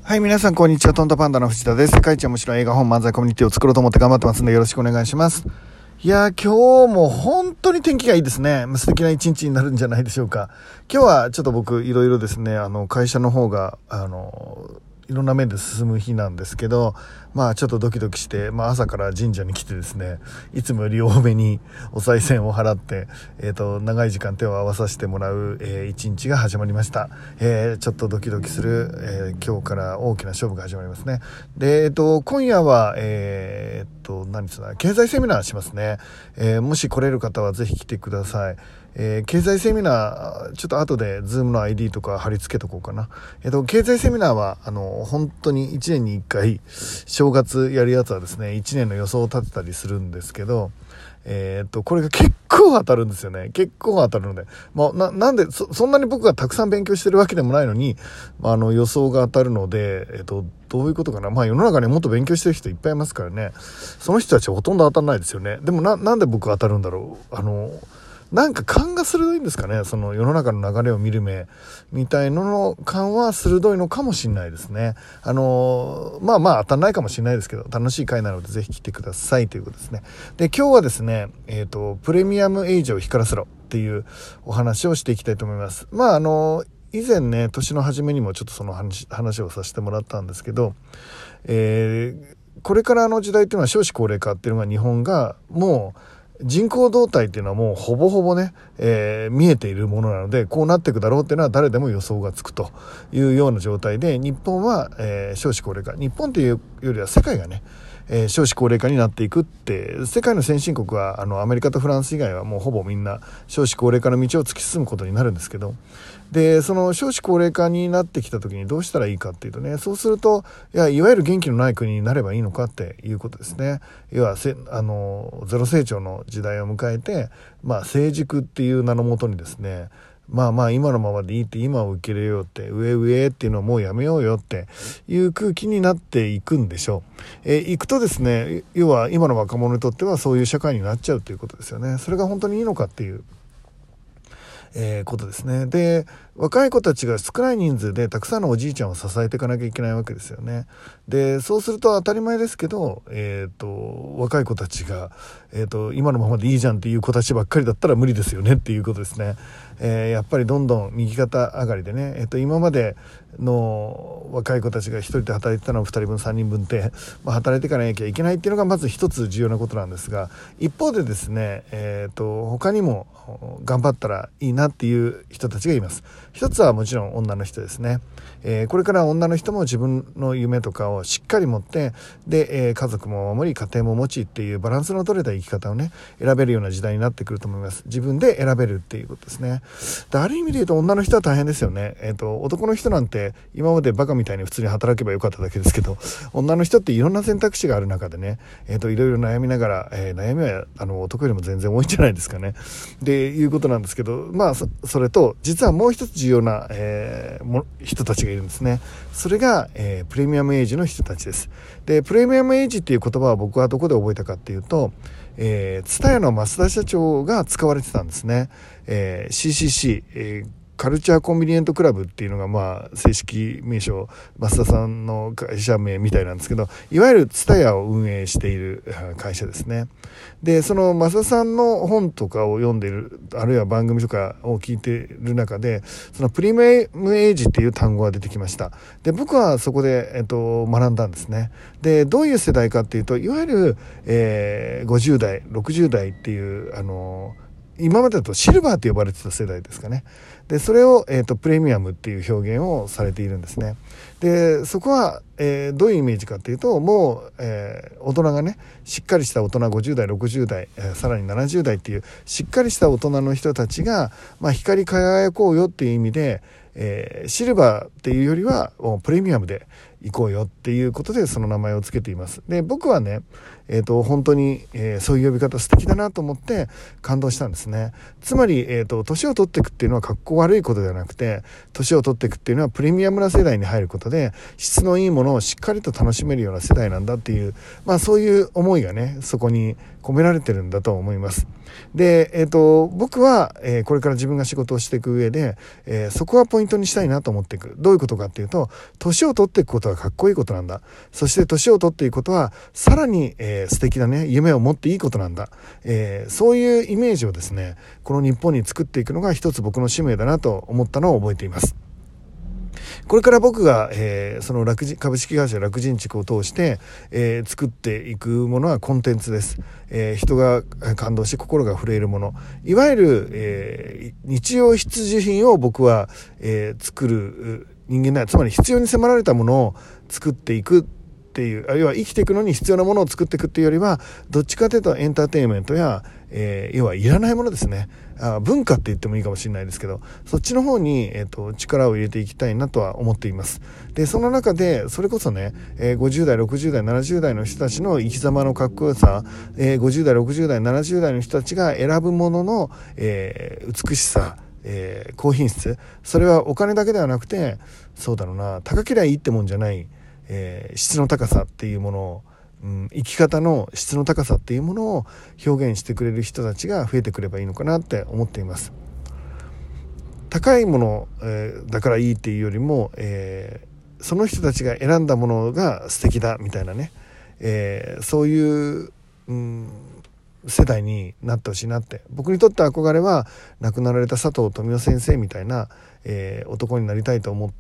はい、皆さんこんにちは。トントパンダの藤田です。世界一面白い映画本漫才コミュニティを作ろうと思って頑張ってますんで、よろしくお願いします。いやー、今日も本当に天気がいいですね。素敵な一日になるんじゃないでしょうか。今日はちょっと僕いろいろですね、会社の方がいろんな面で進む日なんですけど、ちょっとドキドキして、朝から神社に来てですね、いつもより多めにお賽銭を払って、長い時間手を合わさせてもらう、一日が始まりました。ちょっとドキドキする、今日から大きな勝負が始まりますね。で、今夜は、何つうの、経済セミナーしますね。もし来れる方はぜひ来てください。経済セミナー、ちょっと後で Zoom の ID とか貼り付けとこうかな。経済セミナーは、本当に1年に1回、正月やるやつはですね、1年の予想を立てたりするんですけど、これが結構当たるんですよね。結構当たるので。なんでそんなに僕がたくさん勉強してるわけでもないのに、予想が当たるので、どういうことかな。世の中にもっと勉強してる人いっぱいいますからね。その人たちはほとんど当たらないですよね。でもなんで僕当たるんだろう。なんか勘が鋭いんですかね。その世の中の流れを見る目みたいのの勘は鋭いのかもしれないですね。当たんないかもしれないですけど、楽しい回なのでぜひ来てくださいということですね。で、今日はですね、プレミアムエイジを光らせろっていうお話をしていきたいと思います。以前ね、年の初めにもちょっとその話をさせてもらったんですけど、これからの時代っていうのは少子高齢化っていうのが日本がもう人口動態っていうのはもうほぼほぼね、見えているものなので、こうなっていくだろうっていうのは誰でも予想がつくというような状態で、日本は、少子高齢化、日本というよりは世界がね、少子高齢化になっていくって、世界の先進国はアメリカとフランス以外はもうほぼみんな少子高齢化の道を突き進むことになるんですけど、でその少子高齢化になってきた時にどうしたらいいかっていうとね、そうするといわゆる元気のない国になればいいのかっていうことですね。要はゼロ成長の時代を迎えて、成熟っていう名のもとにですね、今のままでいいって、今を受け入れようって、上っていうのをもうやめようよっていう空気になっていくんでしょう。いくとですね、要は今の若者にとってはそういう社会になっちゃうということですよね。それが本当にいいのかっていうことですね。で、若い子たちが少ない人数でたくさんのおじいちゃんを支えていかなきゃいけないわけですよね。で、そうすると当たり前ですけど、若い子たちが、今のままでいいじゃんっていう子たちばっかりだったら無理ですよねっていうことですね。やっぱりどんどん右肩上がりでね、今までの若い子たちが1人で働いてたのを2人分3人分って、働いていかなきゃいけないっていうのがまず一つ重要なことなんですが、一方でですね、他にも頑張ったらいいなっていう人たちがいます。一つはもちろん女の人ですね。これから女の人も自分の夢とかをしっかり持って、で、家族も守り家庭も持ちっていうバランスの取れた生き方をね、選べるような時代になってくると思います。自分で選べるっていうことですね。で、ある意味で言うと女の人は大変ですよね。男の人なんて今までバカみたいに普通に働けばよかっただけですけど、女の人っていろんな選択肢がある中でね、いろいろ悩みながら、悩みは男よりも全然多いんじゃないですかね。でいうことなんですけど、それと実はもう一つ重要な、人たちがいるんですね。それが、プレミアムエイジの人たちです。で、プレミアムエイジっていう言葉は僕はどこで覚えたかっていうと、TSUTAYAの増田社長が使われてたんですね。CCC、カルチャーコンビニエントクラブっていうのが正式名称、増田さんの会社名みたいなんですけど、いわゆるTSUTAYAを運営している会社ですね。で、その増田さんの本とかを読んでいる、あるいは番組とかを聞いている中で、そのプレミアムエイジっていう単語が出てきました。で、僕はそこで、学んだんですね。で、どういう世代かっていうと、いわゆる、50代、60代っていう、今までだとシルバーって呼ばれてた世代ですかね。で、それを、プレミアムっていう表現をされているんですね。で、そこは、どういうイメージかっていうと、もう、大人がね、しっかりした大人50代、60代、さらに70代っていうしっかりした大人の人たちが、光り輝こうよっていう意味で、シルバーっていうよりはプレミアムで行こうよっていうことでその名前をつけています。で、僕はね、本当に、そういう呼び方素敵だなと思って感動したんですね。つまり、年を取っていくっていうのは格好悪いことではなくて、年を取っていくっていうのはプレミアムな世代に入ることで、質のいいものをしっかりと楽しめるような世代なんだっていう、そういう思いがね、そこに込められてるんだと思います。 で、僕は、これから自分が仕事をしていく上で、そこはポイントにしたいなと思っていく。どういうことかっていうと、年を取っていくことはかっこいいことなんだ。そして年を取っていくことはさらに、素敵なね、夢を持っていいことなんだ。そういうイメージをですね、この日本に作っていくのが一つ僕の使命だなと思ったのを覚えています。これから僕が、その株式会社楽人畜を通して、作っていくものはコンテンツです。人が感動して心が震えるもの、いわゆる、日用必需品を僕は、作る人間だ。つまり必要に迫られたものを作っていくっていう、あるいは生きていくのに必要なものを作っていくっていうよりは、どっちかというとエンターテインメントや、要はいらないものですね。文化って言ってもいいかもしれないですけど、そっちの方に、力を入れていきたいなとは思っています。で、その中でそれこそね、50代60代70代の人たちの生き様のかっこよさ、50代60代70代の人たちが選ぶものの、美しさ、高品質、それはお金だけではなくて、そうだろうな、高ければいいってもんじゃない、質の高さっていうものを、生き方の質の高さっていうものを表現してくれる人たちが増えてくればいいのかなって思っています。高いもの、だからいいっていうよりも、その人たちが選んだものが素敵だみたいなね、そういう、世代になってほしいなって。僕にとって憧れは亡くなられた佐藤富夫先生みたいな、男になりたいと思って、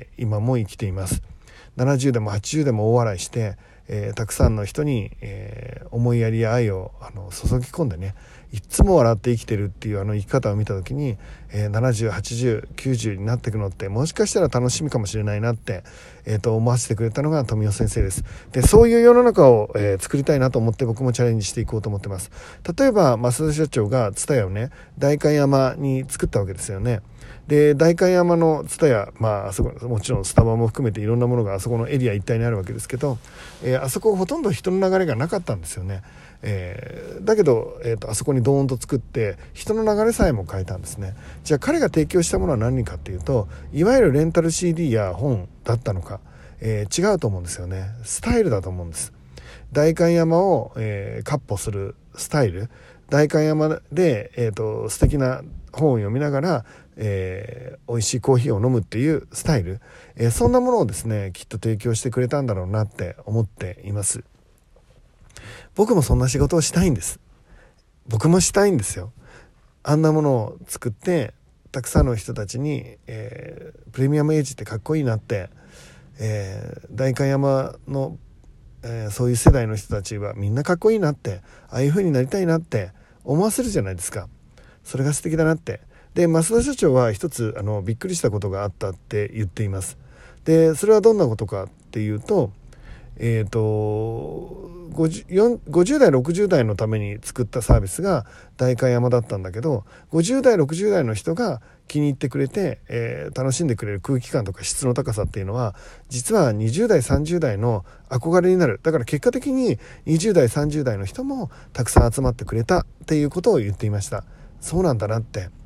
今も生きています。70でも80でも大笑いして、たくさんの人に、思いやりや愛を注ぎ込んでね、いつも笑って生きてるっていう生き方を見た時に、70、80、90になっていくのってもしかしたら楽しみかもしれないなって、思わせてくれたのが富夫先生です。で、そういう世の中を、作りたいなと思って僕もチャレンジしていこうと思ってます。例えば増田社長がTSUTAYAをね、代官山に作ったわけですよね。で、代官山のTSUTAYA、あそこもちろんスタバも含めていろんなものがあそこのエリア一帯にあるわけですけど、あそこほとんど人の流れがなかったんですよね。だけど、あそこにドーンと作って人の流れさえも変えたんですね。じゃあ彼が提供したものは何かっていうと、いわゆるレンタル CD や本だったのか、違うと思うんですよね。スタイルだと思うんです。代官山を、闊歩するスタイル、代官山で、素敵な本を読みながら、美味しいコーヒーを飲むっていうスタイル、そんなものをですね、きっと提供してくれたんだろうなって思っています。僕もそんな仕事をしたいんです。僕もしたいんですよ。あんなものを作ってたくさんの人たちに、プレミアムエイジってかっこいいなって、代官山の、そういう世代の人たちはみんなかっこいいなって、ああいう風になりたいなって思わせるじゃないですか。それが素敵だなって。で、増田社長は一つびっくりしたことがあったって言っています。で、それはどんなことかっていうと、50代60代のために作ったサービスが代官山だったんだけど、50代60代の人が気に入ってくれて、楽しんでくれる空気感とか質の高さっていうのは、実は20代30代の憧れになる。だから結果的に20代30代の人もたくさん集まってくれたっていうことを言っていました。そうなんだなって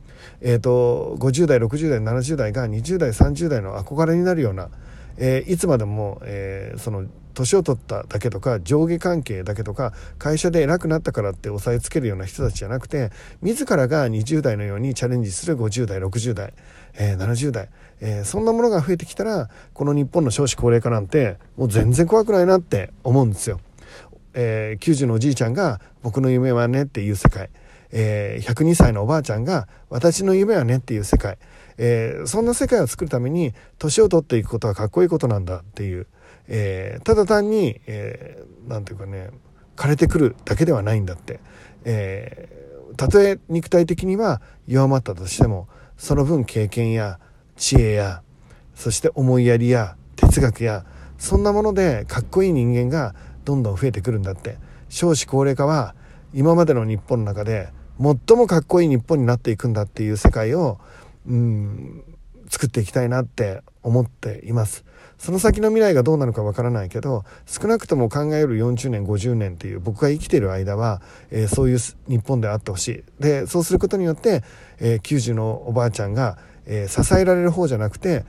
。50代60代70代が20代30代の憧れになるような、いつまでも、その年を取っただけとか上下関係だけとか会社で偉くなったからって押さえつけるような人たちじゃなくて、自らが20代のようにチャレンジする50代60代、70代、そんなものが増えてきたら、この日本の少子高齢化なんてもう全然怖くないなって思うんですよ。90のおじいちゃんが僕の夢はねっていう世界、102歳のおばあちゃんが私の夢はねっていう世界、そんな世界を作るために年を取っていくことはかっこいいことなんだっていう、ただ単に、なんていうかね、枯れてくるだけではないんだって、たとえ肉体的には弱まったとしても、その分経験や知恵や、そして思いやりや哲学や、そんなものでかっこいい人間がどんどん増えてくるんだって。少子高齢化は今までの日本の中で最もかっこいい日本になっていくんだっていう世界を作っていきたいなって思っています。その先の未来がどうなるかわからないけど、少なくとも考える40年50年っていう僕が生きている間は、そういう日本であってほしい。で、そうすることによって、90のおばあちゃんが、支えられる方じゃなくて、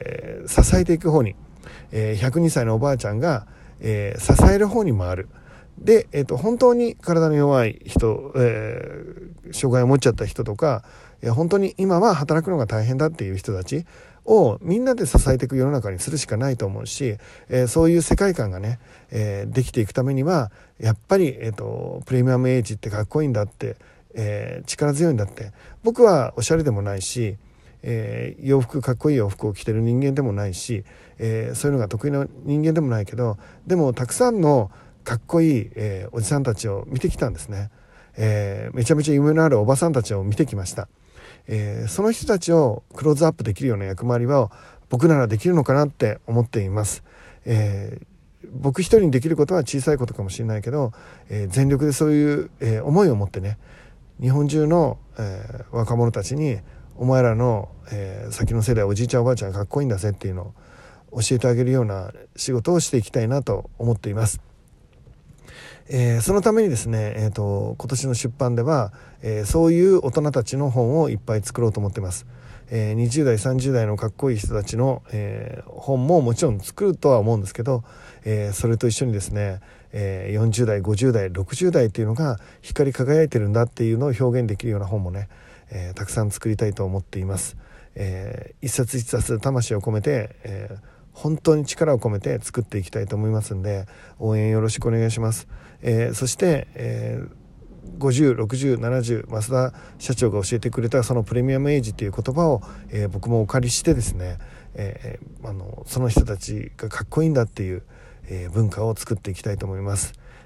支えていく方に、102歳のおばあちゃんが、支える方に回る。 で、本当に体の弱い人、障害を持っちゃった人とか、本当に今は働くのが大変だっていう人たちをみんなで支えていく世の中にするしかないと思うし、そういう世界観がね、できていくためにはやっぱり、プレミアムエイジってかっこいいんだって、力強いんだって。僕はおしゃれでもないし、洋服かっこいい洋服を着てる人間でもないし、そういうのが得意な人間でもないけど、でもたくさんのかっこいい、おじさんたちを見てきたんですね。めちゃめちゃ夢のあるおばさんたちを見てきました。その人たちをクローズアップできるような役回りは僕ならできるのかなって思っています。僕一人にできることは小さいことかもしれないけど、全力でそういう、思いを持ってね、日本中の、若者たちにお前らの、先の世代おじいちゃんおばあちゃんかっこいいんだぜっていうのを教えてあげるような仕事をしていきたいなと思っています。そのためにですね、今年の出版では、そういう大人たちの本をいっぱい作ろうと思ってます。20代30代のかっこいい人たちの、本ももちろん作るとは思うんですけど、それと一緒にですね、40代50代60代っていうのが光り輝いてるんだっていうのを表現できるような本もね、たくさん作りたいと思っています。一冊一冊魂を込めて、本当に力を込めて作っていきたいと思いますんで、応援よろしくお願いします。そして、50、60、70増田社長が教えてくれたそのプレミアムエイジっていう言葉を、僕もお借りしてですね、その人たちがかっこいいんだっていう、文化を作っていきたいと思います。